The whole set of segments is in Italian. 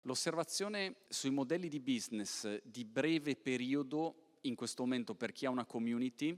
L'osservazione sui modelli di business di breve periodo, in questo momento per chi ha una community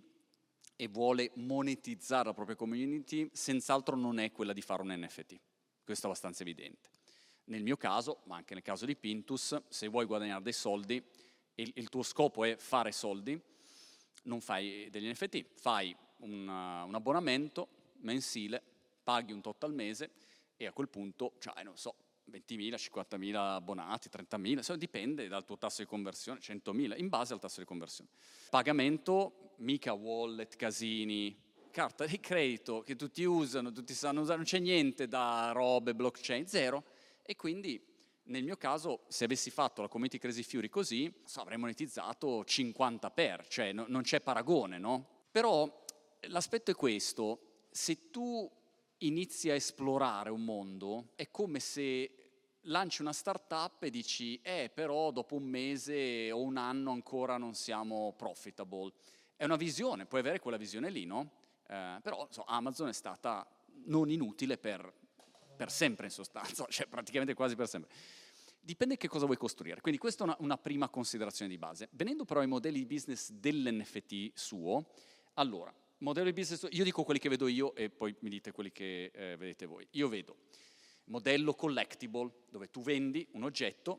e vuole monetizzare la propria community, senz'altro non è quella di fare un NFT. Questo è abbastanza evidente. Nel mio caso, ma anche nel caso di Pintus, se vuoi guadagnare dei soldi e il tuo scopo è fare soldi, non fai degli NFT, fai un abbonamento mensile, paghi un tot al mese e a quel punto, non so, 20.000, 50.000 abbonati, 30.000, dipende dal tuo tasso di conversione, 100.000, in base al tasso di conversione. Pagamento, mica wallet, casini, carta di credito che tutti usano, tutti sanno usare, non c'è niente da robe, blockchain, zero. E quindi nel mio caso, se avessi fatto la community Crazy Fury così, avrei monetizzato 50x, cioè non c'è paragone, no? Però l'aspetto è questo, se tu inizi a esplorare un mondo, è come se lanci una startup e dici però dopo un mese o un anno ancora non siamo profitable. È una visione, puoi avere quella visione lì, no? Però Amazon è stata non inutile per sempre in sostanza, cioè praticamente quasi per sempre. Dipende che cosa vuoi costruire, quindi questa è una prima considerazione di base. Venendo però ai modelli di business dell'NFT suo, allora, modello di business, io dico quelli che vedo io e poi mi dite quelli che vedete voi. Io vedo modello collectible, dove tu vendi un oggetto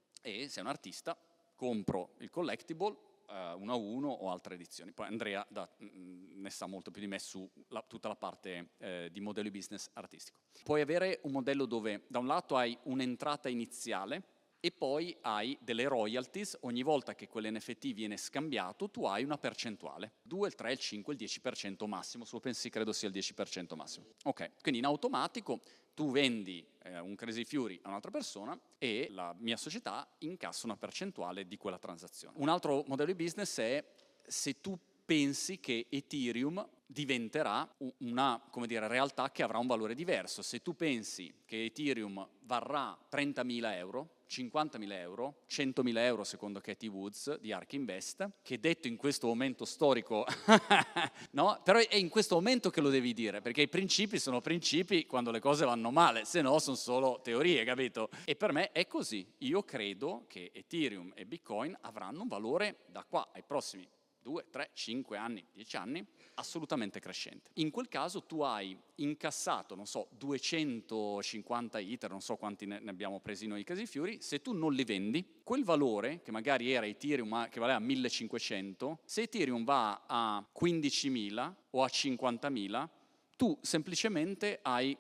e sei un artista, compro il collectible, 1 a 1 o altre edizioni. Poi Andrea ne sa molto più di me su tutta la parte di modello di business artistico. Puoi avere un modello dove da un lato hai un'entrata iniziale e poi hai delle royalties, ogni volta che quell'NFT viene scambiato tu hai una percentuale, 2, il 3, il 5, il 10% massimo, su OpenSea credo sia il 10% massimo. Ok, quindi in automatico tu vendi un Crazy Fury a un'altra persona e la mia società incassa una percentuale di quella transazione. Un altro modello di business è se tu pensi che Ethereum diventerà una, realtà che avrà un valore diverso. Se tu pensi che Ethereum varrà 30.000 euro, 50.000 euro, 100.000 euro secondo Cathie Woods di ARK Invest, che detto in questo momento storico, no? Però è in questo momento che lo devi dire, perché i principi sono principi quando le cose vanno male, se no sono solo teorie, capito? E per me è così. Io credo che Ethereum e Bitcoin avranno un valore da qua ai prossimi 2, 3, 5 anni, 10 anni, assolutamente crescente. In quel caso tu hai incassato, 250 Ether, non so quanti ne abbiamo presi noi Crazy Fury, se tu non li vendi, quel valore, che magari era Ethereum, che valeva 1.500, se Ethereum va a 15.000 o a 50.000, tu semplicemente hai,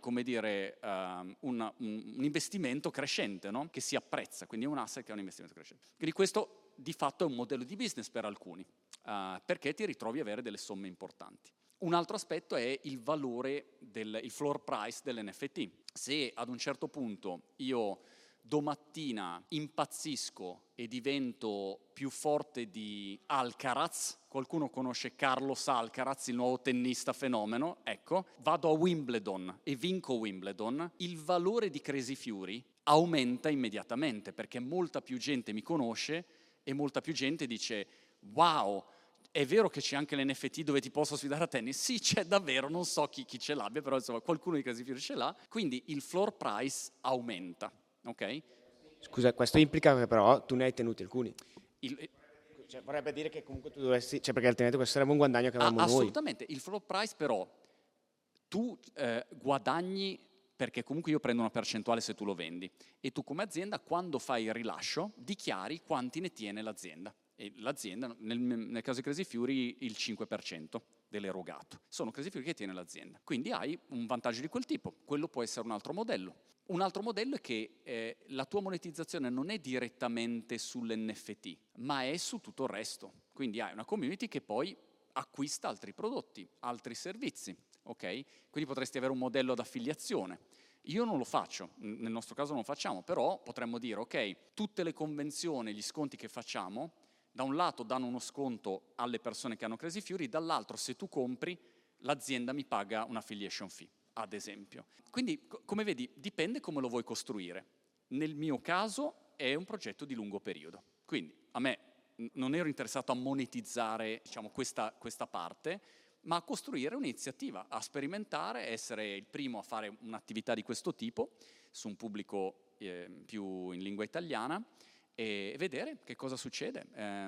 un investimento crescente, no? Che si apprezza, quindi è un asset che ha un investimento crescente. Quindi questo di fatto è un modello di business per alcuni, perché ti ritrovi a avere delle somme importanti. Un altro aspetto è il valore il floor price dell'NFT. Se ad un certo punto io domattina impazzisco e divento più forte di Alcaraz, qualcuno conosce Carlos Alcaraz, il nuovo tennista fenomeno, ecco, vado a Wimbledon e vinco Wimbledon, il valore di Crazy Fury aumenta immediatamente perché molta più gente mi conosce e molta più gente dice wow, è vero che c'è anche l'NFT dove ti posso sfidare a tennis? Sì, c'è davvero, non so chi ce l'abbia, però insomma qualcuno di Crazy Fury ce l'ha, quindi il floor price aumenta, ok? Scusa, questo implica che però tu ne hai tenuti alcuni. Vorrebbe dire che comunque tu dovresti, perché altrimenti questo sarebbe un guadagno che avremmo noi. Assolutamente, il floor price però tu guadagni perché comunque io prendo una percentuale se tu lo vendi e tu come azienda quando fai il rilascio dichiari quanti ne tiene l'azienda. E l'azienda, nel caso di Crazy Fury, il 5% dell'erogato. Sono Crazy Fury che tiene l'azienda. Quindi hai un vantaggio di quel tipo. Quello può essere un altro modello. Un altro modello è che la tua monetizzazione non è direttamente sull'NFT, ma è su tutto il resto. Quindi hai una community che poi acquista altri prodotti, altri servizi. Okay? Quindi potresti avere un modello d'affiliazione. Io non lo faccio, nel nostro caso non lo facciamo, però potremmo dire, ok, tutte le convenzioni, gli sconti che facciamo, da un lato danno uno sconto alle persone che hanno Crazy Fury, dall'altro se tu compri l'azienda mi paga un'affiliation fee, ad esempio. Quindi, come vedi, dipende come lo vuoi costruire. Nel mio caso è un progetto di lungo periodo, quindi a me non ero interessato a monetizzare questa parte, ma a costruire un'iniziativa, a sperimentare, essere il primo a fare un'attività di questo tipo su un pubblico più in lingua italiana e vedere che cosa succede.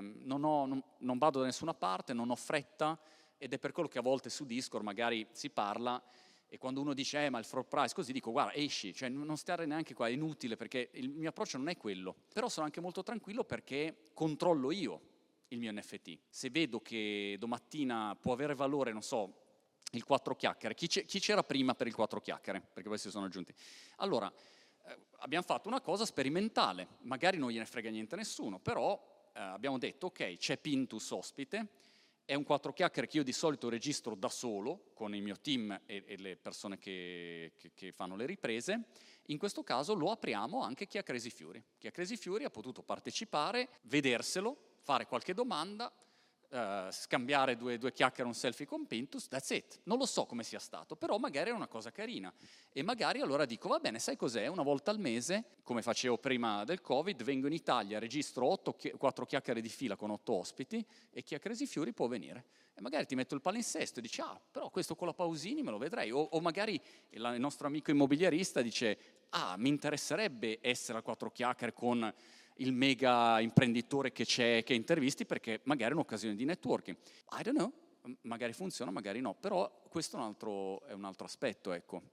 Non vado da nessuna parte, non ho fretta, ed è per quello che a volte su Discord magari si parla e quando uno dice ma il floor price così, dico guarda esci, cioè non stare neanche qua, è inutile, perché il mio approccio non è quello, però sono anche molto tranquillo perché controllo io il mio NFT. Se vedo che domattina può avere valore, non so, il 4 chiacchiere, chi c'era prima per il 4 chiacchiere? Perché poi si sono aggiunti. Allora, abbiamo fatto una cosa sperimentale, magari non gliene frega niente a nessuno, però abbiamo detto ok, c'è Pintus ospite, è un 4 chiacchiere che io di solito registro da solo, con il mio team e le persone che fanno le riprese. In questo caso lo apriamo anche chi ha Crazy Fury. Chi ha Crazy Fury ha potuto partecipare, vederselo, fare qualche domanda, scambiare due chiacchiere, un selfie con Pintus, that's it. Non lo so come sia stato, però magari è una cosa carina. E magari allora dico, va bene, sai cos'è? Una volta al mese, come facevo prima del Covid, vengo in Italia, registro 4 chiacchiere di fila con 8 ospiti e chi ha Crazy Fury può venire. E magari ti metto il palinsesto e dici, però questo con la Pausini me lo vedrei. O magari il nostro amico immobiliarista dice, mi interesserebbe essere a 4 chiacchiere con il mega imprenditore che intervisti, perché magari è un'occasione di networking. I don't know, magari funziona, magari no, però questo è un altro aspetto, ecco.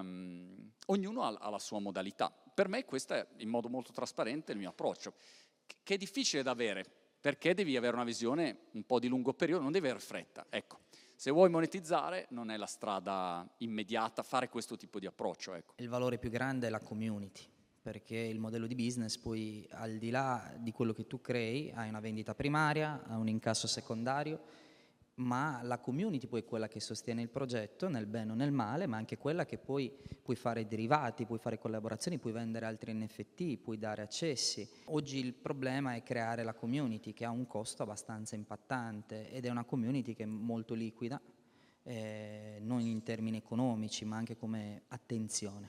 Ognuno ha la sua modalità. Per me questo è in modo molto trasparente il mio approccio, che è difficile da avere, perché devi avere una visione un po' di lungo periodo, non devi avere fretta, ecco. Se vuoi monetizzare non è la strada immediata fare questo tipo di approccio, ecco. Il valore più grande è la community, perché il modello di business poi, al di là di quello che tu crei, hai una vendita primaria, hai un incasso secondario, ma la community poi è quella che sostiene il progetto nel bene o nel male, ma anche quella che poi puoi fare derivati, puoi fare collaborazioni, puoi vendere altri NFT, puoi dare accessi. Oggi il problema è creare la community, che ha un costo abbastanza impattante ed è una community che è molto liquida, non in termini economici ma anche come attenzione.